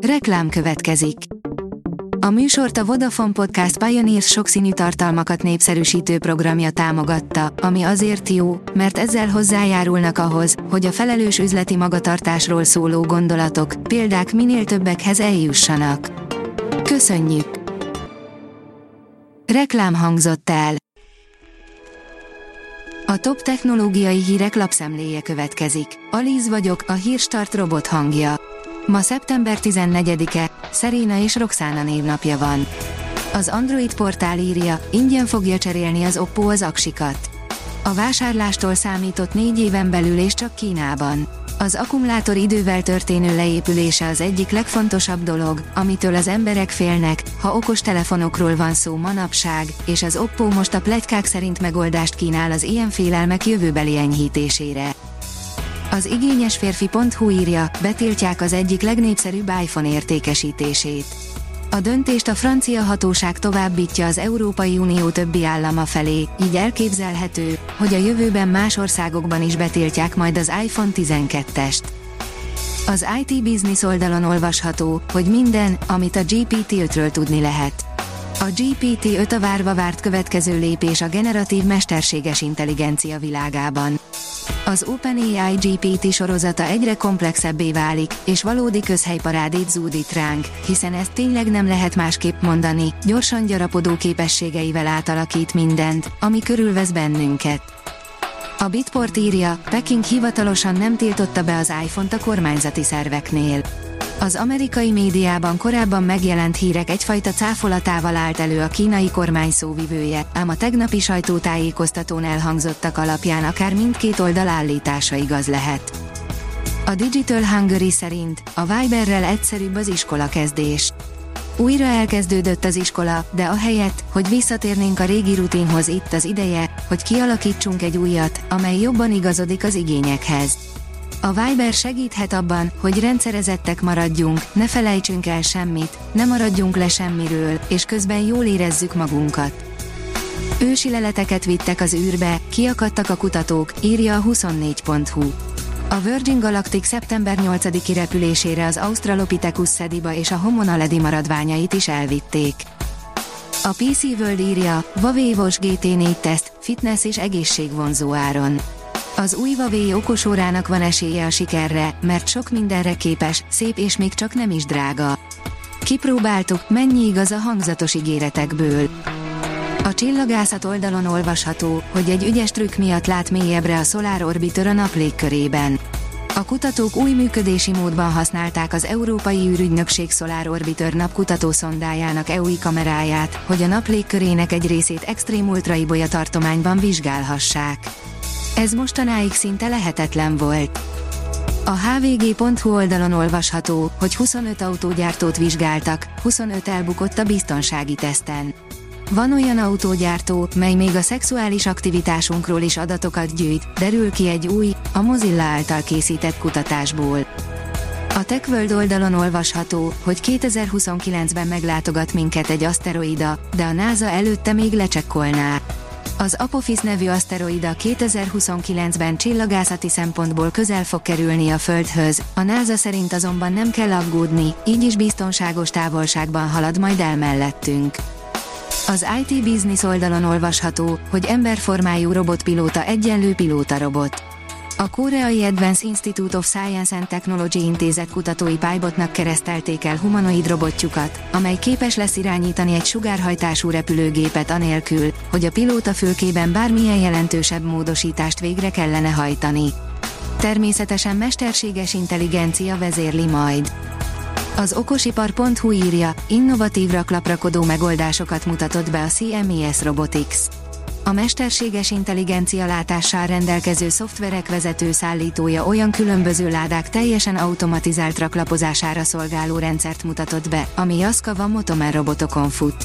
Reklám következik. A műsort a Vodafone Podcast Pioneers sokszínű tartalmakat népszerűsítő programja támogatta, ami azért jó, mert ezzel hozzájárulnak ahhoz, hogy a felelős üzleti magatartásról szóló gondolatok, példák minél többekhez eljussanak. Köszönjük! Reklám hangzott el. A top technológiai hírek lapszemléje következik. Alíz vagyok, a Hírstart robot hangja. Ma szeptember 14-e, Szeréna és Roxana névnapja van. Az Android portál írja, ingyen fogja cserélni az Oppo az aksikat. A vásárlástól számított 4 éven belül és csak Kínában. Az akkumulátor idővel történő leépülése az egyik legfontosabb dolog, amitől az emberek félnek, ha okos telefonokról van szó manapság, és az Oppo most a pletykák szerint megoldást kínál az ilyen félelmek jövőbeli enyhítésére. Az igényesférfi.hu írja, betiltják az egyik legnépszerűbb iPhone értékesítését. A döntést a francia hatóság továbbítja az Európai Unió többi állama felé, így elképzelhető, hogy a jövőben más országokban is betiltják majd az iPhone 12-est. Az IT Business oldalon olvasható, hogy minden, amit a GPT-5-ről tudni lehet. A GPT-5 a várva várt következő lépés a generatív mesterséges intelligencia világában. Az OpenAI GPT sorozata egyre komplexebbé válik, és valódi közhelyparádét zúdít ránk, hiszen ezt tényleg nem lehet másképp mondani, gyorsan gyarapodó képességeivel átalakít mindent, ami körülvesz bennünket. A Bitport írja, Peking hivatalosan nem tiltotta be az iPhone-t a kormányzati szerveknél. Az amerikai médiában korábban megjelent hírek egyfajta cáfolatával állt elő a kínai kormány szóvivője, ám a tegnapi sajtótájékoztatón elhangzottak alapján akár mindkét oldal állítása igaz lehet. A Digital Hungary szerint a Viberrel egyszerűbb az iskolakezdés. Újra elkezdődött az iskola, de ahelyett, hogy visszatérnénk a régi rutinhoz, itt az ideje, hogy kialakítsunk egy újat, amely jobban igazodik az igényekhez. A Viber segíthet abban, hogy rendszerezettek maradjunk, ne felejtsünk el semmit, ne maradjunk le semmiről, és közben jól érezzük magunkat. Ősi leleteket vittek az űrbe, kiakadtak a kutatók, írja a 24.hu. A Virgin Galactic szeptember 8-i repülésére az Australopithecus sediba és a Homo naledi maradványait is elvitték. A PC World írja, Huawei Watch GT4 teszt, fitness és egészségvonzó áron. Az új Huawei okosórának van esélye a sikerre, mert sok mindenre képes, szép és még csak nem is drága. Kipróbáltuk, mennyi igaz a hangzatos ígéretekből. A csillagászat oldalon olvasható, hogy egy ügyes trükk miatt lát mélyebbre a Solar Orbiter a nap légkörében. A kutatók új működési módban használták az Európai űrügynökség Solar Orbiter napkutató szondájának EUI kameráját, hogy a nap légkörének egy részét extrém ultraibolya tartományban vizsgálhassák. Ez mostanáig szinte lehetetlen volt. A hvg.hu oldalon olvasható, hogy 25 autógyártót vizsgáltak, 25 elbukott a biztonsági teszten. Van olyan autógyártó, mely még a szexuális aktivitásunkról is adatokat gyűjt, derül ki egy új, a Mozilla által készített kutatásból. A TechWorld oldalon olvasható, hogy 2029-ben meglátogat minket egy aszteroida, de a NASA előtte még lecsekkolná. Az Apophis nevű aszteroida 2029-ben csillagászati szempontból közel fog kerülni a Földhöz, a NASA szerint azonban nem kell aggódni, így is biztonságos távolságban halad majd el mellettünk. Az IT Business oldalon olvasható, hogy emberformájú robotpilóta egyenlő pilótarobot. A koreai Advanced Institute of Science and Technology intézet kutatói Pybotnak keresztelték el humanoid robotjukat, amely képes lesz irányítani egy sugárhajtású repülőgépet anélkül, hogy a pilóta fülkében bármilyen jelentősebb módosítást végre kellene hajtani. Természetesen mesterséges intelligencia vezérli majd. Az okosipar.hu írja, innovatív raklaprakodó megoldásokat mutatott be a CMES Robotics. A mesterséges intelligencia látással rendelkező szoftverek vezető szállítója olyan különböző ládák teljesen automatizált raklapozására szolgáló rendszert mutatott be, ami Yaskawa Motomen robotokon fut.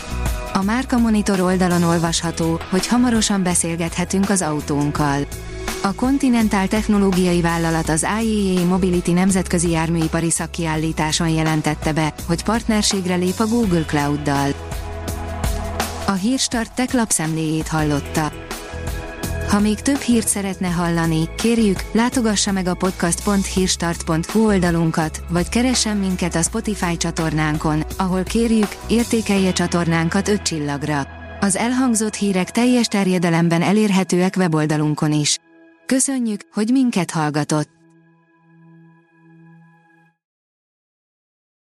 A Márka Monitor oldalon olvasható, hogy hamarosan beszélgethetünk az autónkkal. A Continental technológiai vállalat az IAA Mobility nemzetközi járműipari szakkiállításon jelentette be, hogy partnerségre lép a Google Cloud-dal. A Hírstart Tech lapszemléjét hallotta. Ha még több hírt szeretne hallani, kérjük, látogassa meg a podcast.hírstart.hu oldalunkat, vagy keressen minket a Spotify csatornánkon, ahol kérjük, értékelje csatornánkat 5 csillagra. Az elhangzott hírek teljes terjedelemben elérhetőek weboldalunkon is. Köszönjük, hogy minket hallgatott!